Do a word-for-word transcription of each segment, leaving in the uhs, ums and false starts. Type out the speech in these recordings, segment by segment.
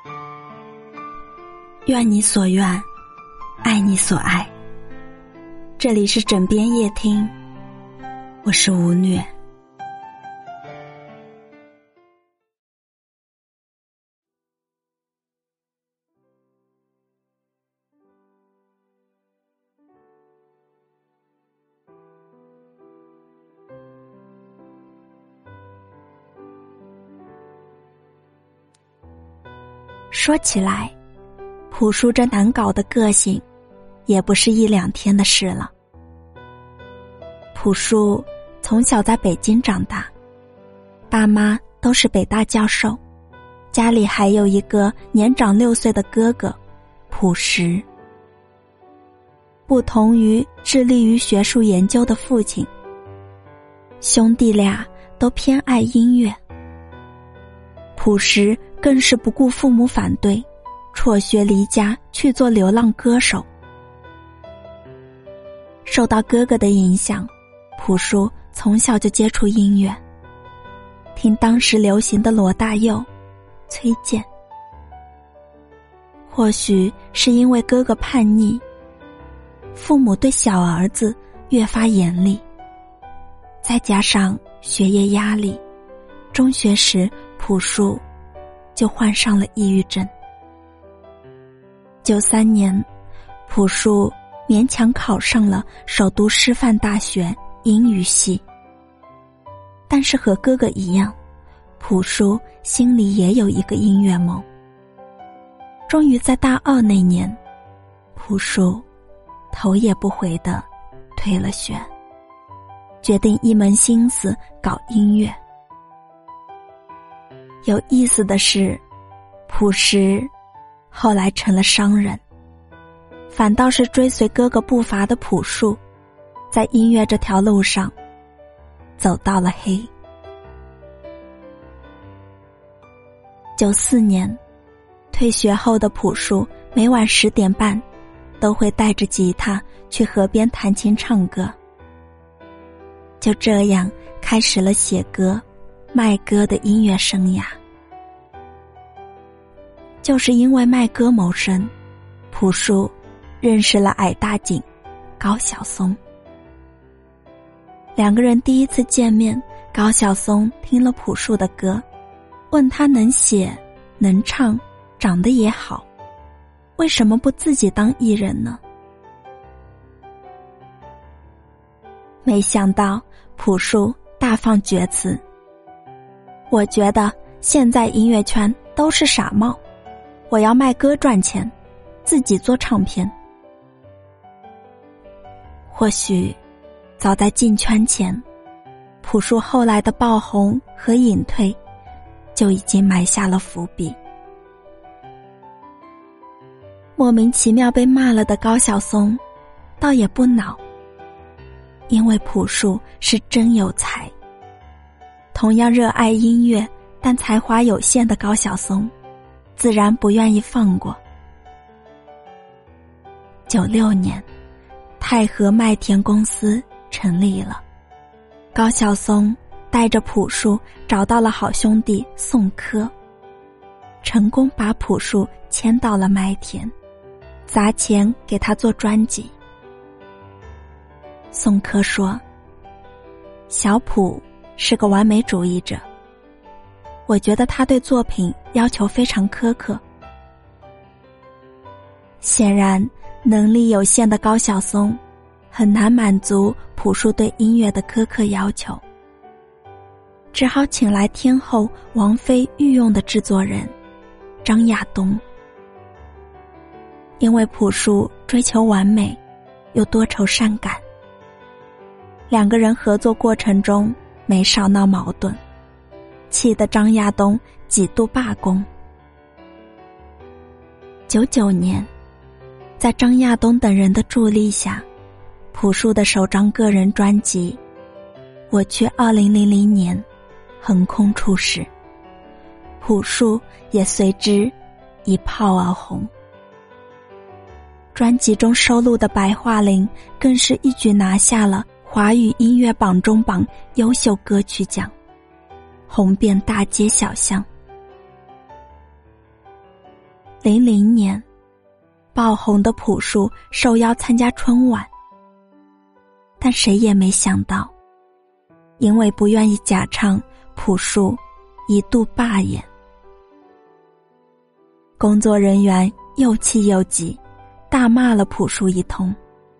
愿你所愿，爱你所爱。这里是枕边夜听，我是吴虐。说起来，朴树这难搞的个性也不是一两天的事了。朴树从小在北京长大，爸妈都是北大教授，家里还有一个年长六岁的哥哥朴实。不同于致力于学术研究的父亲，兄弟俩都偏爱音乐。朴实更是不顾父母反对，辍学离家去做流浪歌手。受到哥哥的影响，朴树从小就接触音乐，听当时流行的罗大佑、崔健。或许是因为哥哥叛逆，父母对小儿子越发严厉，再加上学业压力，中学时朴树就患上了抑郁症。九三年，朴树勉强考上了首都师范大学英语系。但是和哥哥一样，朴树心里也有一个音乐梦。终于在大二那年，朴树头也不回地退了学，决定一门心思搞音乐。有意思的是，朴实后来成了商人，反倒是追随哥哥步伐的朴树，在音乐这条路上走到了黑。九四年，退学后的朴树每晚十点半都会带着吉他去河边弹琴唱歌。就这样开始了写歌、卖歌的音乐生涯。就是因为卖歌谋生，朴树认识了矮大紧高晓松。两个人第一次见面，高晓松听了朴树的歌，问他能写能唱，长得也好，为什么不自己当艺人呢？没想到朴树大放厥词，我觉得现在音乐圈都是傻帽，我要卖歌赚钱，自己做唱片。或许早在进圈前，朴树后来的爆红和隐退就已经埋下了伏笔。莫名其妙被骂了的高晓松倒也不恼，因为朴树是真有才。同样热爱音乐但才华有限的高晓松自然不愿意放过。九六年，太和麦田公司成立了，高晓松带着朴树找到了好兄弟宋柯，成功把朴树签到了麦田，砸钱给他做专辑。宋柯说，小朴是个完美主义者，我觉得他对作品要求非常苛刻。显然能力有限的高晓松很难满足朴树对音乐的苛刻要求，只好请来天后王菲御用的制作人张亚东。因为朴树追求完美又多愁善感，两个人合作过程中没少闹矛盾，气得张亚东几度罢工。九九年，在张亚东等人的助力下，朴树的首张个人专辑《我去二零零零年》横空出世，朴树也随之一炮而红。专辑中收录的《白桦林》更是一举拿下了华语音乐榜中榜优秀歌曲奖，红遍大街小巷。 零零年，爆红的朴树受邀参加春晚，但谁也没想到，因为不愿意假唱，朴树一度罢演。工作人员又气又急，大骂了朴树一通。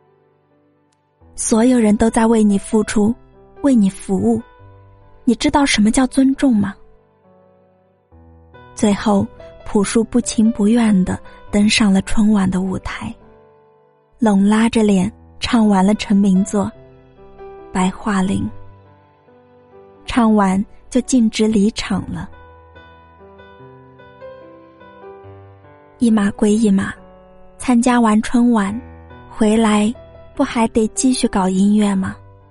所有人都在为你付出，为你服务，你知道什么叫尊重吗？最后，朴树不情不愿地登上了春晚的舞台，拢拉着脸唱完了成名作《白桦林》，唱完就径直离场了。一码归一码，参加完春晚回来，不还得继续搞音乐吗？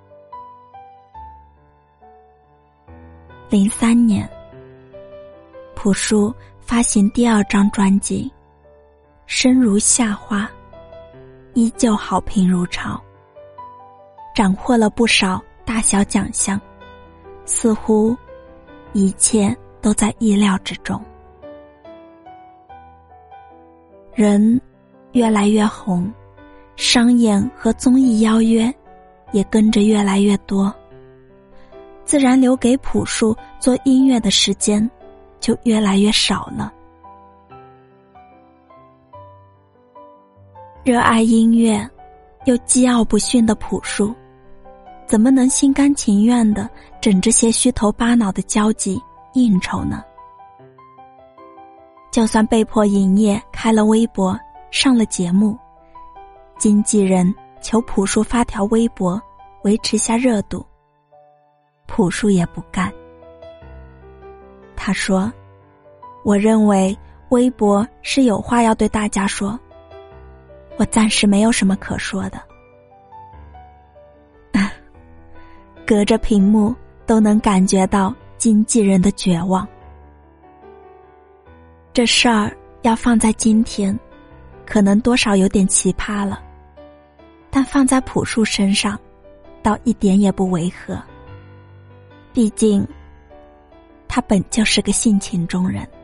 零三年，朴树发行第二张专辑《生如夏花》，依旧好评如潮，斩获了不少大小奖项，似乎一切都在意料之中。人越来越红，商演和综艺邀约也跟着越来越多，自然留给朴树做音乐的时间就越来越少了。热爱音乐又桀骜不驯的朴树，怎么能心甘情愿地整这些虚头巴脑的交际应酬呢？就算被迫营业，开了微博，上了节目，经纪人求朴树发条微博维持下热度，朴树也不干。他说，我认为微博是有话要对大家说，我暂时没有什么可说的。隔着屏幕都能感觉到经纪人的绝望。这事儿要放在今天，可能多少有点奇葩了，但放在朴树身上，倒一点也不违和。毕竟，他本就是个性情中人。